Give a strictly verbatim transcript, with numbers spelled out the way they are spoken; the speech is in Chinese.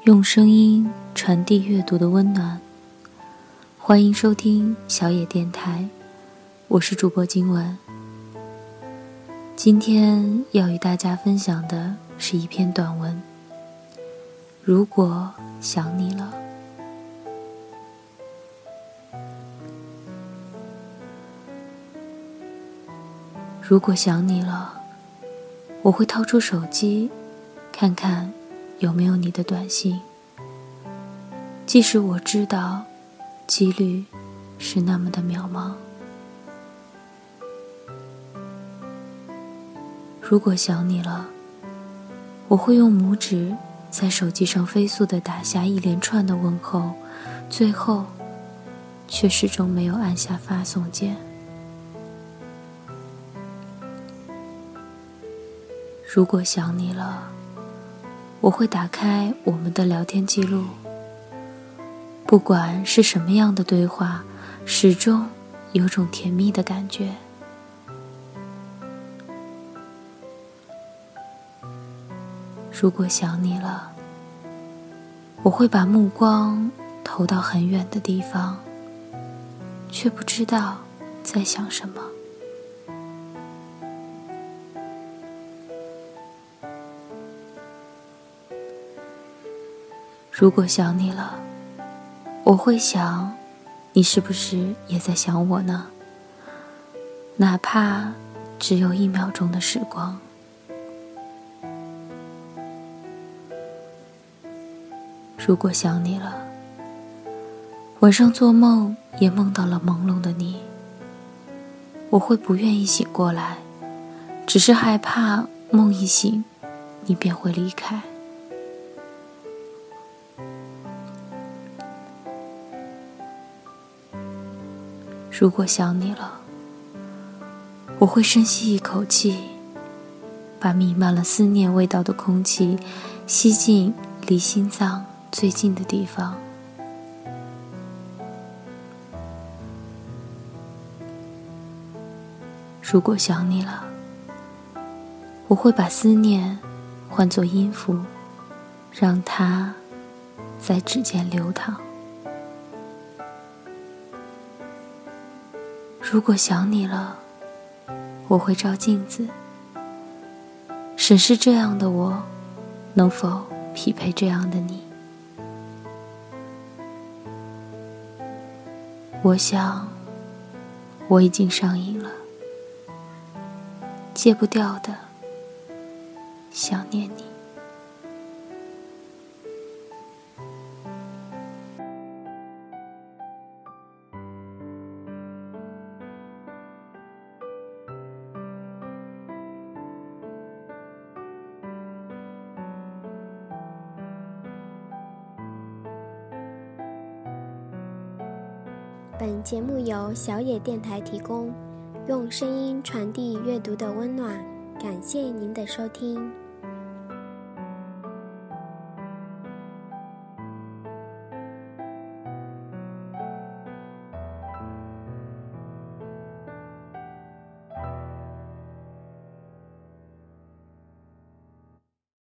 用声音传递阅读的温暖。欢迎收听小野电台，我是主播今晚。今天要与大家分享的是一篇短文，如果想你了。如果想你了，我会掏出手机，看看有没有你的短信。即使我知道几率是那么的渺茫。如果想你了，我会用拇指在手机上飞速地打下一连串的问候，最后却始终没有按下发送键。如果想你了，我会打开我们的聊天记录，不管是什么样的对话，始终有种甜蜜的感觉。如果想你了，我会把目光投到很远的地方，却不知道在想什么。如果想你了，我会想，你是不是也在想我呢？哪怕只有一秒钟的时光。如果想你了，晚上做梦也梦到了朦胧的你，我会不愿意醒过来，只是害怕梦一醒，你便会离开。如果想你了，我会深吸一口气，把弥漫了思念味道的空气吸进离心脏最近的地方。如果想你了，我会把思念换作音符，让它在指尖流淌。如果想你了，我会照镜子，审视这样的我能否匹配这样的你。我想我已经上瘾了，戒不掉的想念你。 本节目由小野电台提供，用声音传递阅读的温暖，感谢您的收听。